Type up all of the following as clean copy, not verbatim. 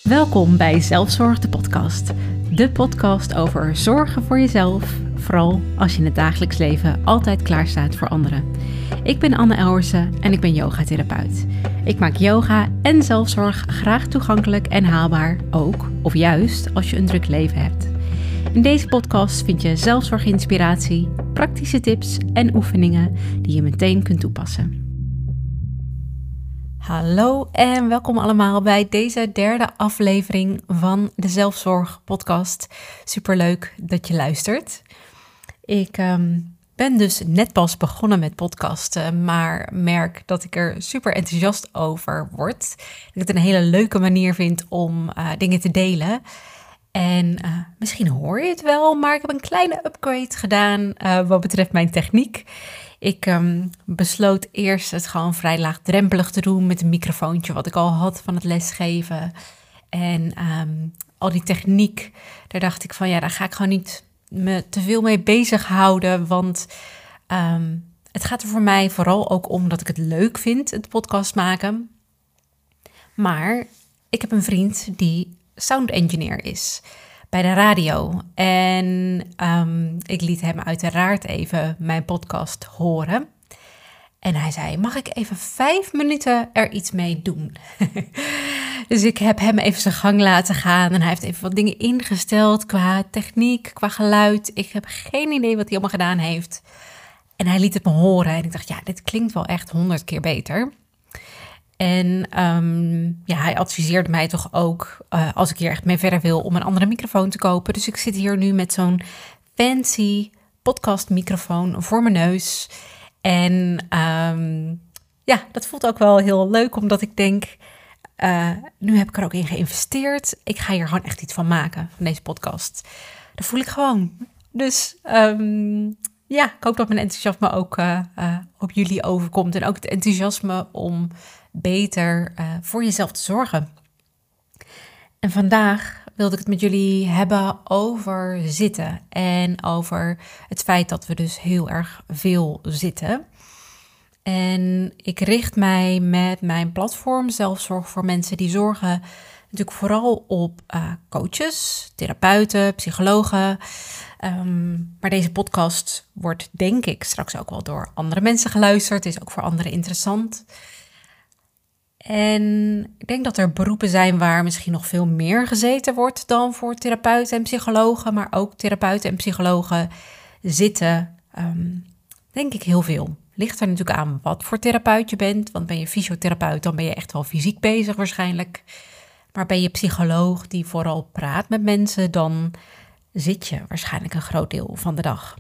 Welkom bij Zelfzorg, de podcast. De podcast over zorgen voor jezelf, vooral als je in het dagelijks leven altijd klaarstaat voor anderen. Ik ben Anne Elwersen en ik ben yogatherapeut. Ik maak yoga en zelfzorg graag toegankelijk en haalbaar, ook of juist als je een druk leven hebt. In deze podcast vind je zelfzorginspiratie, praktische tips en oefeningen die je meteen kunt toepassen. Hallo en welkom allemaal bij deze derde aflevering van de Zelfzorg podcast. Superleuk dat je luistert. Ik ben dus net pas begonnen met podcasten, maar merk dat ik er super enthousiast over word. Dat ik het een hele leuke manier vind om dingen te delen. En misschien hoor je het wel, maar ik heb een kleine upgrade gedaan wat betreft mijn techniek. Ik besloot eerst het gewoon vrij laagdrempelig te doen met een microfoontje wat ik al had van het lesgeven. En al die techniek, daar dacht ik van ja, daar ga ik gewoon niet me te veel mee bezighouden. Want het gaat er voor mij vooral ook om dat ik het leuk vind, het podcast maken. Maar ik heb een vriend die sound engineer is bij de radio. En ik liet hem uiteraard even mijn podcast horen. En hij zei, mag ik even 5 minuten er iets mee doen? Dus ik heb hem even zijn gang laten gaan. En hij heeft even wat dingen ingesteld qua techniek, qua geluid. Ik heb geen idee wat hij allemaal gedaan heeft. En hij liet het me horen. En ik dacht, ja, dit klinkt wel echt 100 keer beter. En hij adviseerde mij toch ook, als ik hier echt mee verder wil, om een andere microfoon te kopen. Dus ik zit hier nu met zo'n fancy podcastmicrofoon voor mijn neus. En dat voelt ook wel heel leuk, omdat ik denk, nu heb ik er ook in geïnvesteerd. Ik ga hier gewoon echt iets van maken, van deze podcast. Dat voel ik gewoon. Dus ik hoop dat mijn enthousiasme ook op jullie overkomt. En ook het enthousiasme om beter voor jezelf te zorgen. En vandaag wilde ik het met jullie hebben over zitten. En over het feit dat we dus heel erg veel zitten. En ik richt mij met mijn platform Zelfzorg voor mensen die zorgen natuurlijk vooral op coaches, therapeuten, psychologen. Maar deze podcast wordt denk ik straks ook wel door andere mensen geluisterd. Is ook voor anderen interessant. En ik denk dat er beroepen zijn waar misschien nog veel meer gezeten wordt dan voor therapeuten en psychologen. Maar ook therapeuten en psychologen zitten, denk ik, heel veel. Ligt er natuurlijk aan wat voor therapeut je bent. Want ben je fysiotherapeut, dan ben je echt wel fysiek bezig waarschijnlijk. Maar ben je psycholoog die vooral praat met mensen, dan zit je waarschijnlijk een groot deel van de dag.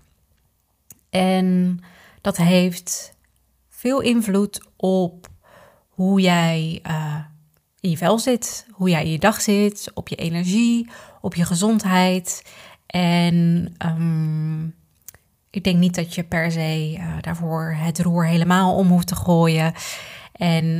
En dat heeft veel invloed op hoe jij in je vel zit, hoe jij in je dag zit, op je energie, op je gezondheid. En ik denk niet dat je per se daarvoor het roer helemaal om hoeft te gooien. En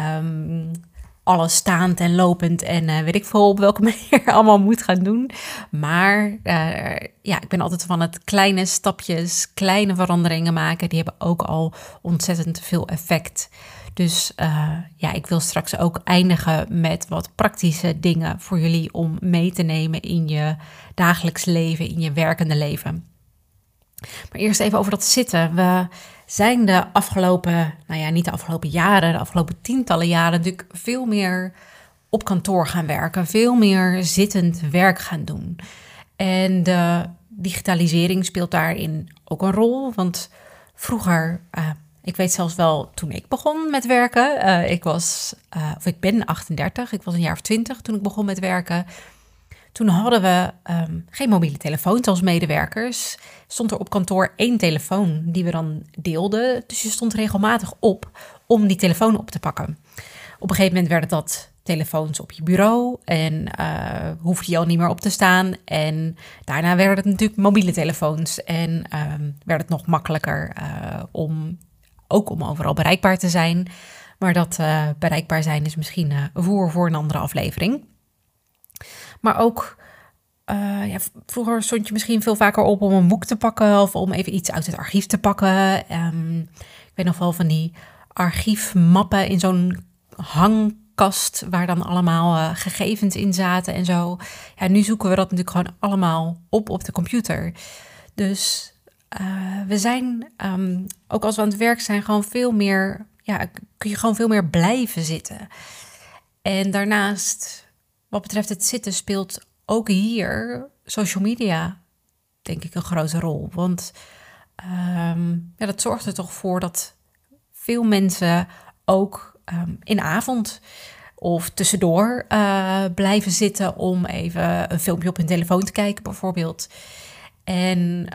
alles staand en lopend en weet ik veel op welke manier allemaal moet gaan doen. Maar ik ben altijd van het kleine stapjes, kleine veranderingen maken. Die hebben ook al ontzettend veel effect. Dus ik wil straks ook eindigen met wat praktische dingen voor jullie om mee te nemen in je dagelijks leven, in je werkende leven. Maar eerst even over dat zitten. We zijn de afgelopen, niet de afgelopen jaren, de afgelopen tientallen jaren natuurlijk veel meer op kantoor gaan werken. Veel meer zittend werk gaan doen. En de digitalisering speelt daarin ook een rol. Want vroeger, ik weet zelfs wel toen ik begon met werken. Ik ben 38, ik was een jaar of 20 toen ik begon met werken. Toen hadden we geen mobiele telefoons als medewerkers. Stond er op kantoor 1 telefoon die we dan deelden. Dus je stond regelmatig op om die telefoon op te pakken. Op een gegeven moment werden dat telefoons op je bureau en hoefde je al niet meer op te staan. En daarna werden het natuurlijk mobiele telefoons en werd het nog makkelijker om overal bereikbaar te zijn. Maar dat bereikbaar zijn is misschien voor een andere aflevering. Maar ook, vroeger stond je misschien veel vaker op om een boek te pakken of om even iets uit het archief te pakken. Ik weet nog wel van die archiefmappen in zo'n kast waar dan allemaal gegevens in zaten en zo. Ja, nu zoeken we dat natuurlijk gewoon allemaal op de computer. Dus we zijn, ook als we aan het werk zijn, gewoon veel meer, kun je gewoon veel meer blijven zitten. En daarnaast, wat betreft het zitten, speelt ook hier social media, denk ik, een grote rol. Want dat zorgt er toch voor dat veel mensen ook in de avond of tussendoor blijven zitten om even een filmpje op hun telefoon te kijken, bijvoorbeeld. En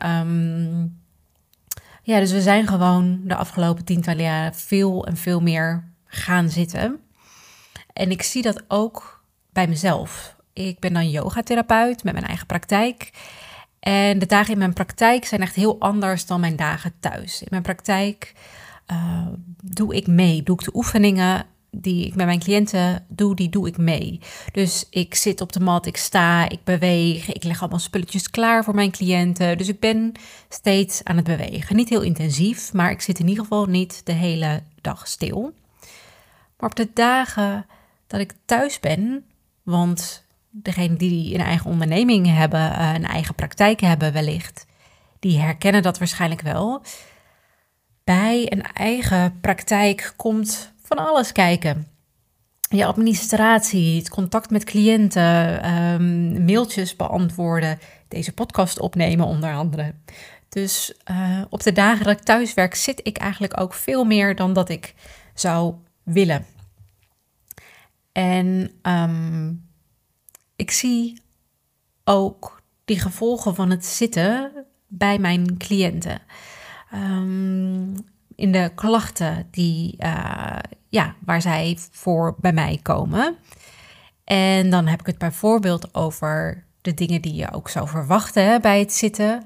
dus we zijn gewoon de afgelopen tientallen jaren veel en veel meer gaan zitten. En ik zie dat ook bij mezelf. Ik ben dan yogatherapeut met mijn eigen praktijk. En de dagen in mijn praktijk zijn echt heel anders dan mijn dagen thuis. In mijn praktijk doe ik de oefeningen die ik met mijn cliënten doe, die doe ik mee. Dus ik zit op de mat, ik sta, ik beweeg, ik leg allemaal spulletjes klaar voor mijn cliënten. Dus ik ben steeds aan het bewegen. Niet heel intensief, maar ik zit in ieder geval niet de hele dag stil. Maar op de dagen dat ik thuis ben, want degenen die een eigen onderneming hebben, een eigen praktijk hebben wellicht, die herkennen dat waarschijnlijk wel. Bij een eigen praktijk komt van alles kijken. Je administratie, het contact met cliënten, mailtjes beantwoorden, deze podcast opnemen onder andere. Dus op de dagen dat ik thuis werk zit ik eigenlijk ook veel meer dan dat ik zou willen. En ik zie ook die gevolgen van het zitten bij mijn cliënten. In de klachten waar zij voor bij mij komen. En dan heb ik het bijvoorbeeld over de dingen die je ook zou verwachten bij het zitten.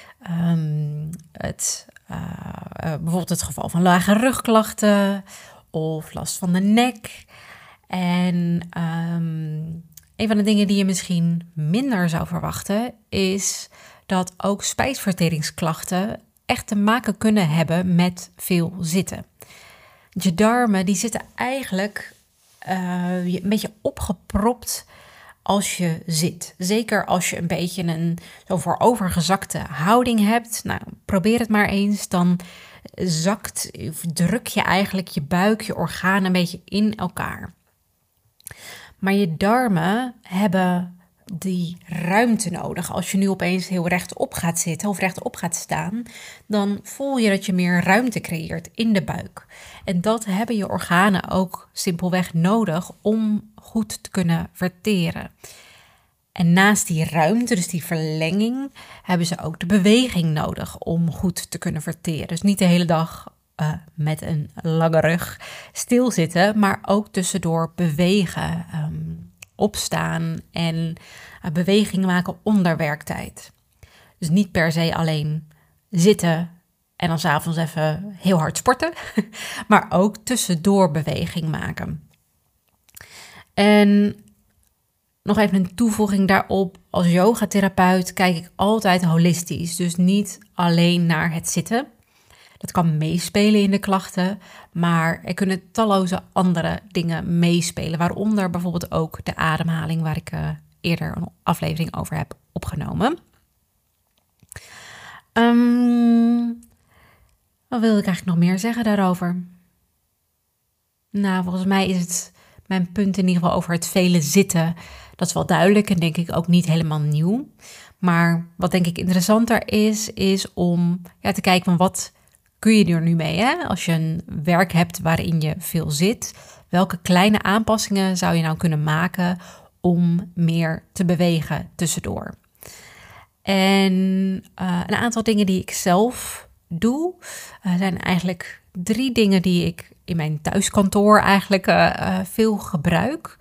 Bijvoorbeeld het geval van lage rugklachten of last van de nek. En een van de dingen die je misschien minder zou verwachten is dat ook spijsverteringsklachten echt te maken kunnen hebben met veel zitten. Je darmen die zitten eigenlijk een beetje opgepropt als je zit. Zeker als je een beetje een zo voorovergezakte houding hebt. Nou, probeer het maar eens. Dan druk je eigenlijk je buik, je organen een beetje in elkaar. Maar je darmen hebben die ruimte nodig. Als je nu opeens heel rechtop gaat zitten of rechtop gaat staan, dan voel je dat je meer ruimte creëert in de buik. En dat hebben je organen ook simpelweg nodig om goed te kunnen verteren. En naast die ruimte, dus die verlenging, hebben ze ook de beweging nodig om goed te kunnen verteren. Dus niet de hele dag met een lange rug stilzitten, maar ook tussendoor bewegen, opstaan en beweging maken onder werktijd. Dus niet per se alleen zitten en dan 's avonds even heel hard sporten, maar ook tussendoor beweging maken. En nog even een toevoeging daarop. Als yogatherapeut kijk ik altijd holistisch. Dus niet alleen naar het zitten. Dat kan meespelen in de klachten. Maar er kunnen talloze andere dingen meespelen. Waaronder bijvoorbeeld ook de ademhaling, waar ik eerder een aflevering over heb opgenomen. Wat wilde ik eigenlijk nog meer zeggen daarover? Nou, volgens mij is het mijn punt in ieder geval over het vele zitten. Dat is wel duidelijk en denk ik ook niet helemaal nieuw. Maar wat denk ik interessanter is om te kijken van wat kun je er nu mee? Hè? Als je een werk hebt waarin je veel zit, welke kleine aanpassingen zou je nou kunnen maken om meer te bewegen tussendoor? En een aantal dingen die ik zelf doe, zijn eigenlijk 3 dingen die ik in mijn thuiskantoor eigenlijk veel gebruik.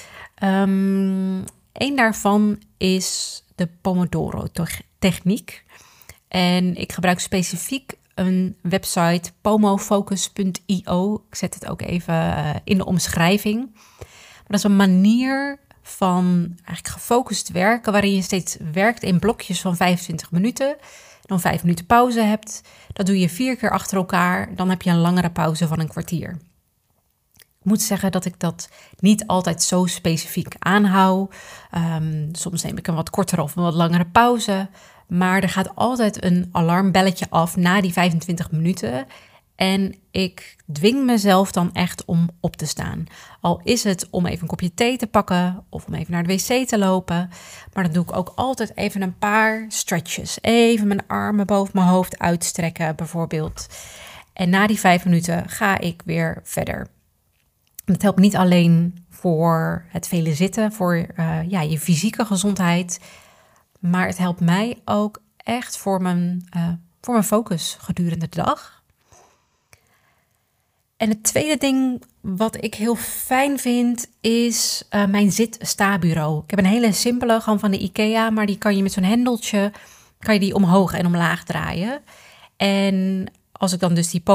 Een daarvan is de Pomodoro-techniek. En ik gebruik specifiek een website, pomofocus.io. Ik zet het ook even in de omschrijving. Maar dat is een manier van eigenlijk gefocust werken, waarin je steeds werkt in blokjes van 25 minuten. Dan 5 minuten pauze hebt. Dat doe je 4 keer achter elkaar. Dan heb je een langere pauze van een kwartier. Ik Ik moet zeggen dat ik dat niet altijd zo specifiek aanhoud. Soms neem ik een wat kortere of een wat langere pauze. Maar er gaat altijd een alarmbelletje af na die 25 minuten. En ik dwing mezelf dan echt om op te staan. Al is het om even een kopje thee te pakken of om even naar de wc te lopen. Maar dan doe ik ook altijd even een paar stretches. Even mijn armen boven mijn hoofd uitstrekken bijvoorbeeld. En na die 5 minuten ga ik weer verder. Het helpt niet alleen voor het vele zitten, voor je fysieke gezondheid. Maar het helpt mij ook echt voor mijn focus gedurende de dag. En het tweede ding wat ik heel fijn vind is mijn zit-sta-bureau. Ik heb een hele simpele, gewoon van de IKEA, maar die kan je met zo'n hendeltje kan je die omhoog en omlaag draaien. En als ik dan dus die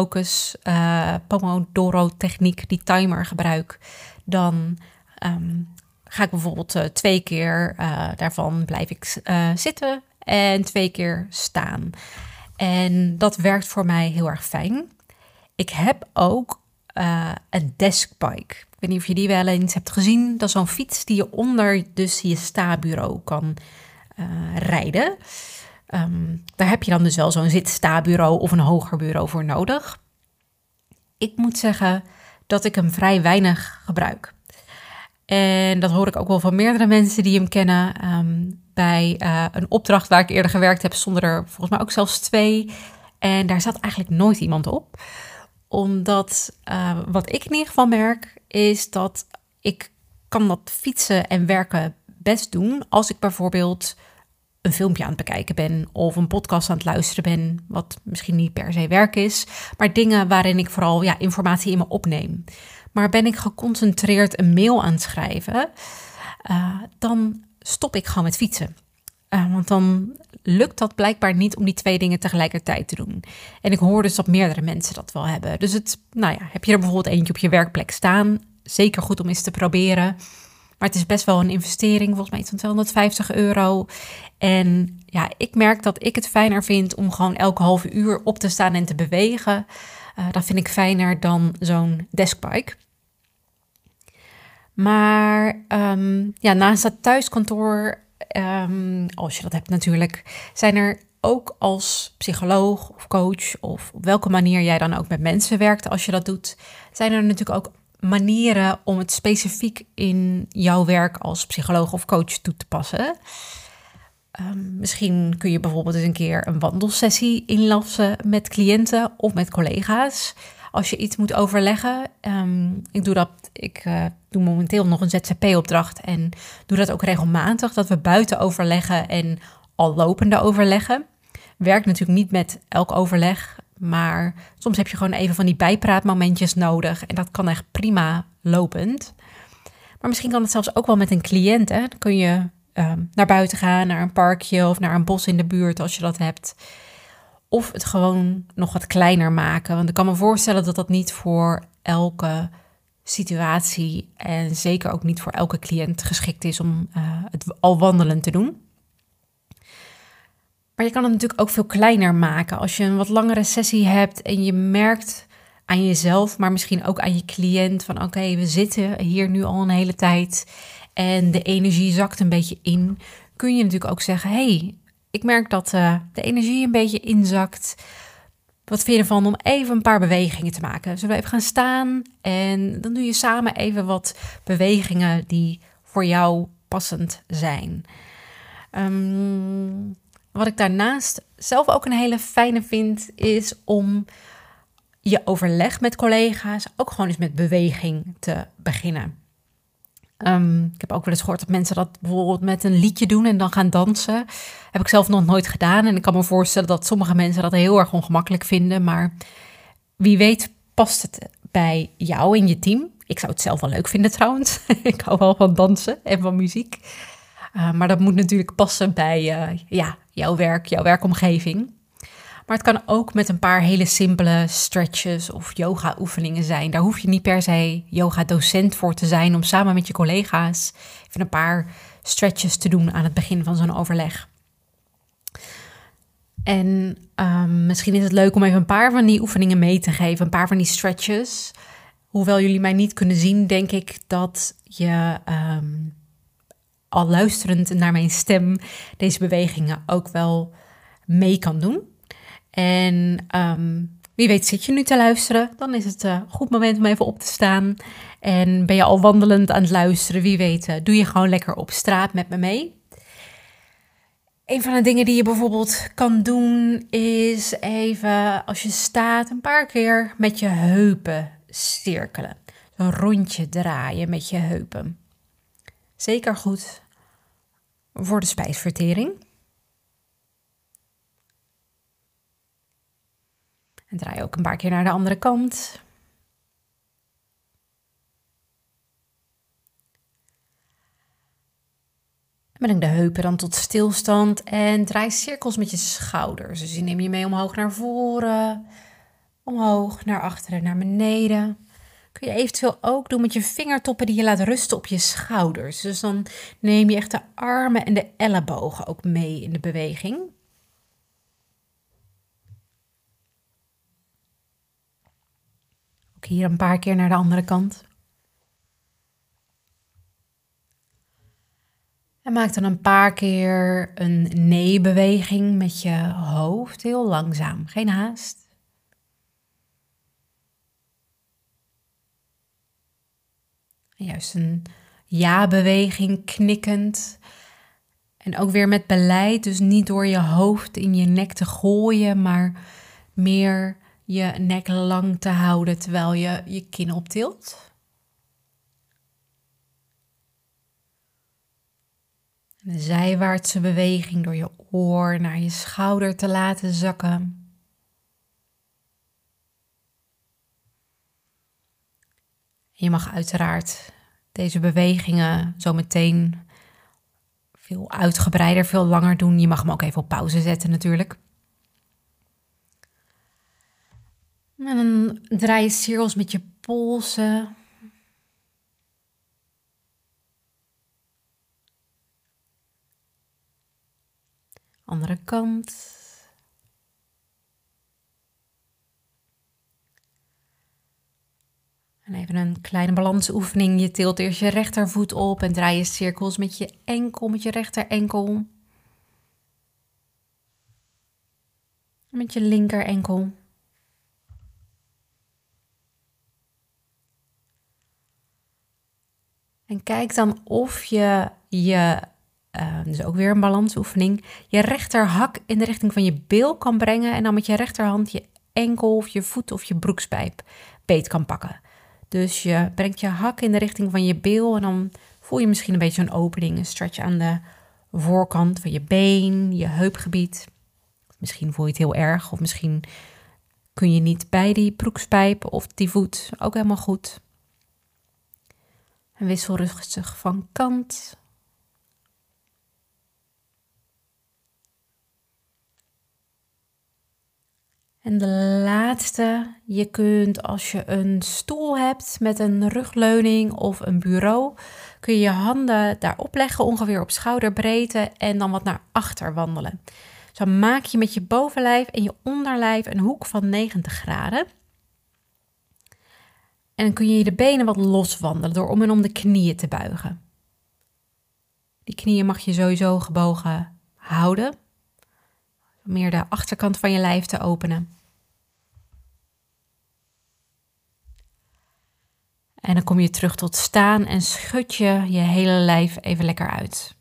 Pomodoro-techniek, die timer gebruik, dan ga ik bijvoorbeeld 2 keer daarvan blijf ik zitten en 2 keer staan. En dat werkt voor mij heel erg fijn. Ik heb ook een deskbike. Ik weet niet of je die wel eens hebt gezien. Dat is zo'n fiets die je onder dus je sta-bureau kan rijden. Daar heb je dan dus wel zo'n zit-sta-bureau of een hoger bureau voor nodig. Ik moet zeggen dat ik hem vrij weinig gebruik. En dat hoor ik ook wel van meerdere mensen die hem kennen. Bij een opdracht waar ik eerder gewerkt heb, stonden er volgens mij ook zelfs 2. En daar zat eigenlijk nooit iemand op. Omdat wat ik in ieder geval merk, is dat ik kan dat fietsen en werken best doen als ik bijvoorbeeld een filmpje aan het bekijken ben of een podcast aan het luisteren ben, wat misschien niet per se werk is, maar dingen waarin ik vooral informatie in me opneem. Maar ben ik geconcentreerd een mail aan het schrijven, dan stop ik gewoon met fietsen. Want dan lukt dat blijkbaar niet om die 2 dingen tegelijkertijd te doen. En ik hoor dus dat meerdere mensen dat wel hebben. Dus heb je er bijvoorbeeld eentje op je werkplek staan, zeker goed om eens te proberen. Maar het is best wel een investering, volgens mij iets van €250. En ik merk dat ik het fijner vind om gewoon elke halve uur op te staan en te bewegen. Dat vind ik fijner dan zo'n deskbike. Maar naast dat thuiskantoor, als je dat hebt natuurlijk, zijn er ook als psycholoog of coach of op welke manier jij dan ook met mensen werkt als je dat doet, zijn er natuurlijk ook manieren om het specifiek in jouw werk als psycholoog of coach toe te passen. Misschien kun je bijvoorbeeld eens een keer een wandelsessie inlassen met cliënten of met collega's. Als je iets moet overleggen. Ik doe momenteel nog een ZZP-opdracht en doe dat ook regelmatig. Dat we buiten overleggen en al lopende overleggen. Werkt natuurlijk niet met elk overleg. Maar soms heb je gewoon even van die bijpraatmomentjes nodig. En dat kan echt prima lopend. Maar misschien kan het zelfs ook wel met een cliënt. Hè? Dan kun je naar buiten gaan, naar een parkje of naar een bos in de buurt als je dat hebt. Of het gewoon nog wat kleiner maken. Want ik kan me voorstellen dat dat niet voor elke situatie en zeker ook niet voor elke cliënt geschikt is om het al wandelend te doen. Maar je kan het natuurlijk ook veel kleiner maken. Als je een wat langere sessie hebt en je merkt aan jezelf, maar misschien ook aan je cliënt van oké, we zitten hier nu al een hele tijd en de energie zakt een beetje in. Kun je natuurlijk ook zeggen, hey, ik merk dat de energie een beetje inzakt. Wat vind je ervan om even een paar bewegingen te maken? Zullen we even gaan staan en dan doe je samen even wat bewegingen die voor jou passend zijn. Wat ik daarnaast zelf ook een hele fijne vind, is om je overleg met collega's ook gewoon eens met beweging te beginnen. Ik heb ook wel eens gehoord dat mensen dat bijvoorbeeld met een liedje doen en dan gaan dansen. Heb ik zelf nog nooit gedaan en ik kan me voorstellen dat sommige mensen dat heel erg ongemakkelijk vinden. Maar wie weet past het bij jou en je team. Ik zou het zelf wel leuk vinden trouwens. Ik hou wel van dansen en van muziek. Maar dat moet natuurlijk passen bij jouw werk, jouw werkomgeving. Maar het kan ook met een paar hele simpele stretches of yoga-oefeningen zijn. Daar hoef je niet per se yoga-docent voor te zijn om samen met je collega's even een paar stretches te doen aan het begin van zo'n overleg. En misschien is het leuk om even een paar van die oefeningen mee te geven, een paar van die stretches. Hoewel jullie mij niet kunnen zien, denk ik dat je al luisterend naar mijn stem deze bewegingen ook wel mee kan doen. En wie weet zit je nu te luisteren, dan is het een goed moment om even op te staan. En ben je al wandelend aan het luisteren, wie weet doe je gewoon lekker op straat met me mee. Een van de dingen die je bijvoorbeeld kan doen is even als je staat een paar keer met je heupen cirkelen. Een rondje draaien met je heupen. Zeker goed voor de spijsvertering. En draai ook een paar keer naar de andere kant. Breng de heupen dan tot stilstand en draai cirkels met je schouders. Dus die neem je mee omhoog naar voren, omhoog, naar achteren, naar beneden. Kun je eventueel ook doen met je vingertoppen die je laat rusten op je schouders. Dus dan neem je echt de armen en de ellebogen ook mee in de beweging. Ook hier een paar keer naar de andere kant. En maak dan een paar keer een nee-beweging met je hoofd, heel langzaam, geen haast. En juist een ja-beweging, knikkend. En ook weer met beleid, dus niet door je hoofd in je nek te gooien, maar meer je nek lang te houden terwijl je je kin optilt. Een zijwaartse beweging door je oor naar je schouder te laten zakken. Je mag uiteraard deze bewegingen zo meteen veel uitgebreider, veel langer doen. Je mag hem ook even op pauze zetten natuurlijk. En dan draai je cirkels met je polsen. Andere kant. En even een kleine balansoefening. Je tilt eerst je rechtervoet op en draai je cirkels met je enkel, met je rechter enkel. Met je linker enkel. En kijk dan of je dus ook weer een balansoefening, je rechterhak in de richting van je bil kan brengen en dan met je rechterhand je enkel of je voet of je broekspijp beet kan pakken. Dus je brengt je hak in de richting van je bil en dan voel je misschien een beetje een opening, een stretch aan de voorkant van je been, je heupgebied. Misschien voel je het heel erg of misschien kun je niet bij die broekspijp of die voet, ook helemaal goed. En wissel rustig van kant. En de laatste, je kunt als je een stoel hebt met een rugleuning of een bureau, kun je je handen daarop leggen, ongeveer op schouderbreedte en dan wat naar achter wandelen. Zo maak je met je bovenlijf en je onderlijf een hoek van 90 graden. En dan kun je de benen wat los wandelen door om en om de knieën te buigen. Die knieën mag je sowieso gebogen houden. Meer de achterkant van je lijf te openen. En dan kom je terug tot staan en schud je je hele lijf even lekker uit.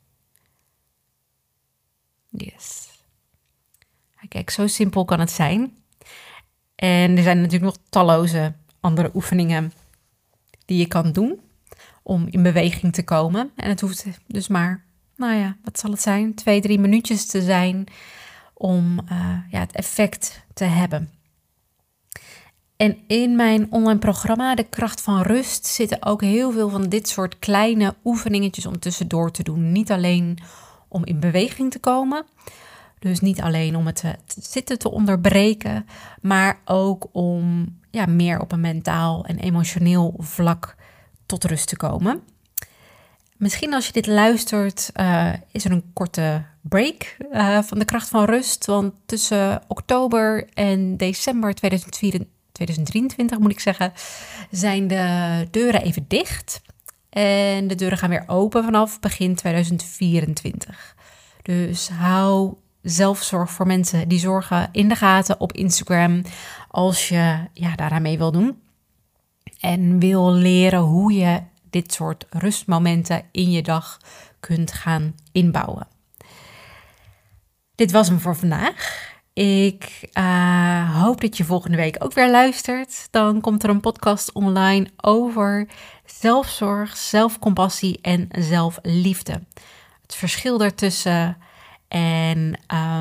Yes. Kijk, zo simpel kan het zijn. En er zijn natuurlijk nog talloze andere oefeningen die je kan doen om in beweging te komen. En het hoeft dus maar, wat zal het zijn? 2-3 minuutjes te zijn om het effect te hebben. En in mijn online programma, De Kracht van Rust, zitten ook heel veel van dit soort kleine oefeningetjes om tussendoor te doen. Niet alleen om in beweging te komen, dus niet alleen om het zitten te onderbreken, maar ook om meer op een mentaal en emotioneel vlak tot rust te komen. Misschien als je dit luistert, is er een korte break van De Kracht van Rust. Want tussen oktober en december 2023 moet ik zeggen, zijn de deuren even dicht. En de deuren gaan weer open vanaf begin 2024. Dus hou zelfzorg voor mensen die zorgen in de gaten op Instagram als je daaraan mee wil doen. En wil leren hoe je dit soort rustmomenten in je dag kunt gaan inbouwen. Dit was hem voor vandaag. Ik hoop dat je volgende week ook weer luistert. Dan komt er een podcast online over zelfzorg, zelfcompassie en zelfliefde. Het verschil daartussen en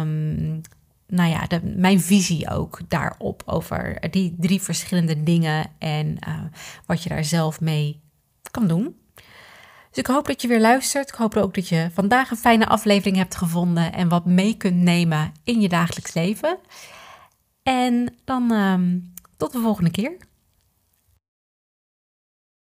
mijn visie ook daarop over die 3 verschillende dingen en wat je daar zelf mee kan doen. Dus ik hoop dat je weer luistert. Ik hoop ook dat je vandaag een fijne aflevering hebt gevonden en wat mee kunt nemen in je dagelijks leven. En dan tot de volgende keer.